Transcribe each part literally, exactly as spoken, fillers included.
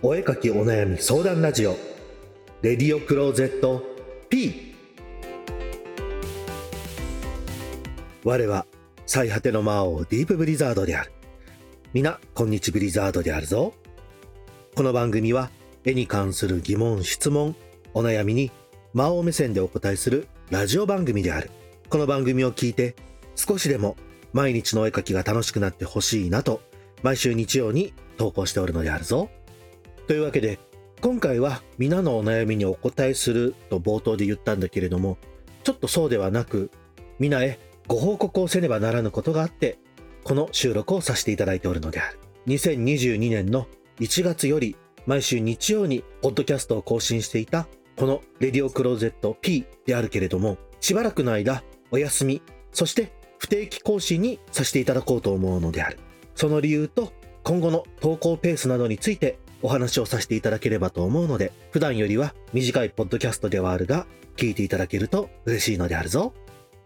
お絵かきお悩み相談ラジオレディオクローゼット P。 我は最果ての魔王ディープブリザードである。皆こんにちブリザードであるぞ。この番組は絵に関する疑問質問お悩みに魔王目線でお答えするラジオ番組である。この番組を聞いて少しでも毎日のお絵かきが楽しくなってほしいなと毎週日曜に投稿しておるのであるぞ。というわけで今回は皆のお悩みにお答えすると冒頭で言ったんだけれども、ちょっとそうではなく皆へご報告をせねばならぬことがあってこの収録をさせていただいておるのである。にせんにじゅうにねんのいちがつより毎週日曜にポッドキャストを更新していたこのレディオクローゼット P であるけれども、しばらくの間お休みそして不定期更新にさせていただこうと思うのである。その理由と今後の投稿ペースなどについてお話をさせていただければと思うので、普段よりは短いポッドキャストではあるが聞いていただけると嬉しいのであるぞ。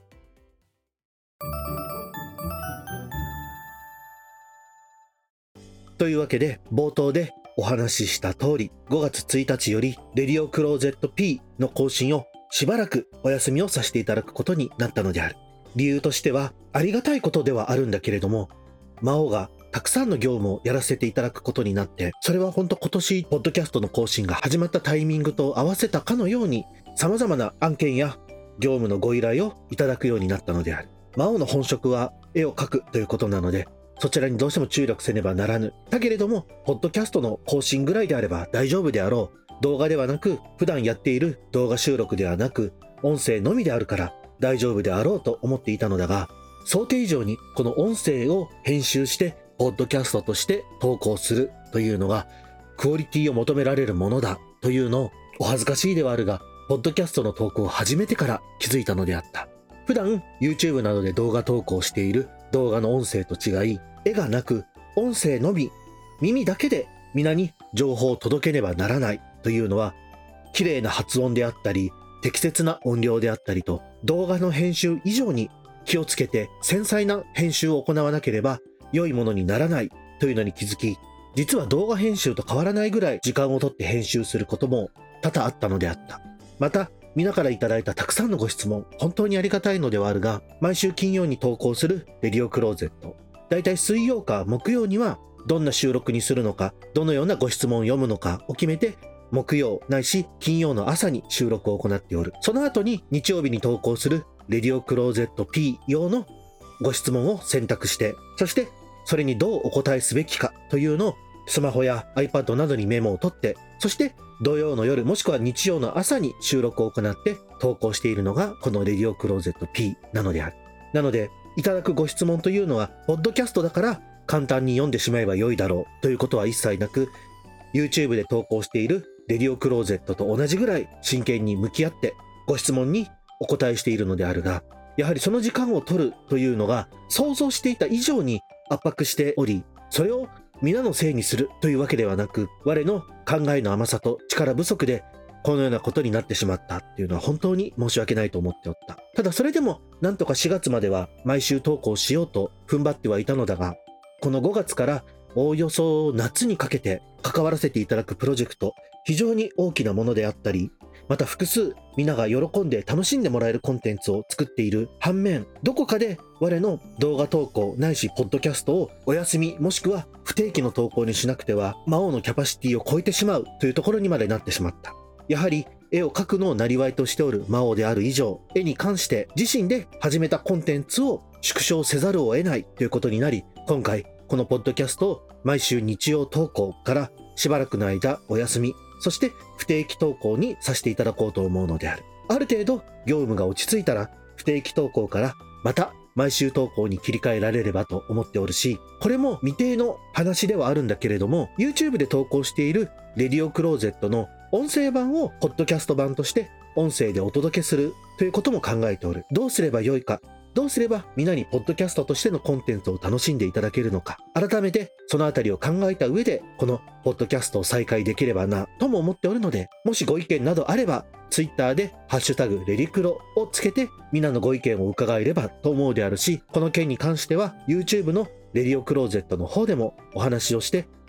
というわけで冒頭でお話しした通りごがつついたちよりレディオクローゼット P の更新をしばらくお休みをさせていただくことになったのである。理由としてはありがたいことではあるんだけれども、魔王がたくさんの業務をやらせていただくことになって、それは本当今年ポッドキャストの更新が始まったタイミングと合わせたかのように様々な案件や業務のご依頼をいただくようになったのである。魔王の本職は絵を描くということなのでそちらにどうしても注力せねばならぬ。だけれどもポッドキャストの更新ぐらいであれば大丈夫であろう。動画ではなく普段やっている動画収録ではなく音声のみであるから大丈夫であろうと思っていたのだが、想定以上にこの音声を編集してポッドキャストとして投稿するというのがクオリティを求められるものだというのをお恥ずかしいではあるがポッドキャストの投稿を始めてから気づいたのであった。普段 YouTube などで動画投稿している動画の音声と違い、絵がなく音声のみ耳だけで皆に情報を届けねばならないというのは、綺麗な発音であったり適切な音量であったりと動画の編集以上に気をつけて繊細な編集を行わなければ良いものにならないというのに気づき、実は動画編集と変わらないぐらい時間をとって編集することも多々あったのであった。また皆からいただいたたくさんのご質問本当にありがたいのではあるが、毎週金曜に投稿するレディオクローゼット、だいたい水曜か木曜にはどんな収録にするのかどのようなご質問を読むのかを決めて木曜ないし金曜の朝に収録を行っておる。その後に日曜日に投稿するレディオクローゼット P 用のご質問を選択して、そしてそれにどうお答えすべきかというのをスマホや iPad などにメモを取って、そして土曜の夜もしくは日曜の朝に収録を行って投稿しているのがこのレディオクローゼット P なのである。なのでいただくご質問というのはポッドキャストだから簡単に読んでしまえば良いだろうということは一切なく、 YouTube で投稿しているレディオクローゼットと同じぐらい真剣に向き合ってご質問にお答えしているのであるが、やはりその時間を取るというのが想像していた以上に圧迫しており、それを皆のせいにするというわけではなく、我の考えの甘さと力不足でこのようなことになってしまったっていうのは本当に申し訳ないと思っておった。ただそれでもなんとかしがつまでは毎週投稿しようと踏ん張ってはいたのだが、このごがつからおおよそ夏にかけて関わらせていただくプロジェクト、非常に大きなものであったり、また複数皆が喜んで楽しんでもらえるコンテンツを作っている反面、どこかで我の動画投稿ないしポッドキャストをお休みもしくは不定期の投稿にしなくては魔王のキャパシティを超えてしまうというところにまでなってしまった。やはり絵を描くのを生業としておる魔王である以上、絵に関して自身で始めたコンテンツを縮小せざるを得ないということになり、今回このポッドキャストを毎週日曜投稿からしばらくの間お休み、そして不定期投稿にさせていただこうと思うのである。ある程度業務が落ち着いたら不定期投稿からまた毎週投稿に切り替えられればと思っておるし、これも未定の話ではあるんだけれども YouTube で投稿しているレディオクローゼットの音声版をポッドキャスト版として音声でお届けするということも考えておる。どうすればよいか、どうすれば皆にポッドキャストとしてのコンテンツを楽しんでいただけるのか、改めてそのあたりを考えた上でこのポッドキャストを再開できればなとも思っておるので、もしご意見などあればツイッターでハッシュタグレリクロをつけて皆のご意見を伺えればと思うであるし、この件に関しては YouTube のレディオクローゼットの方でもお話をして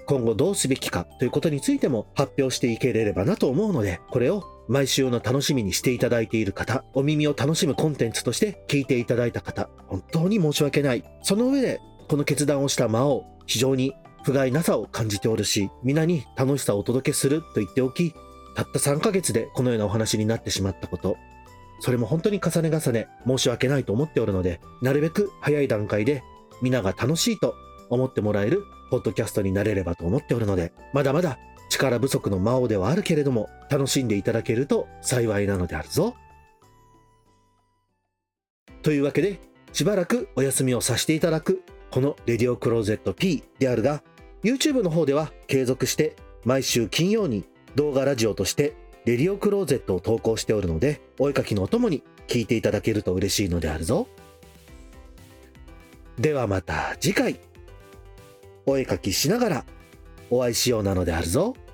今後どうすべきかということについても発表していけれればなと思うので、これを毎週の楽しみにしていただいている方、お耳を楽しむコンテンツとして聞いていただいた方、本当に申し訳ない。その上でこの決断をした魔王、非常に不甲斐なさを感じておるし、皆に楽しさをお届けすると言っておき、たったさんかげつでこのようなお話になってしまったこと、それも本当に重ね重ね申し訳ないと思っておるので、なるべく早い段階で皆が楽しいと思ってもらえるポッドキャストになれればと思っておるので、まだまだ力不足の魔王ではあるけれども、楽しんでいただけると幸いなのであるぞ。というわけで、しばらくお休みをさせていただくこのレディオクローゼット P であるが、 YouTube の方では継続して毎週金曜に動画ラジオとしてレディオクローゼットを投稿しておるので、お絵かきのお供に聞いていただけると嬉しいのであるぞ。ではまた次回、お絵かきしながらお会いしようなのであるぞ。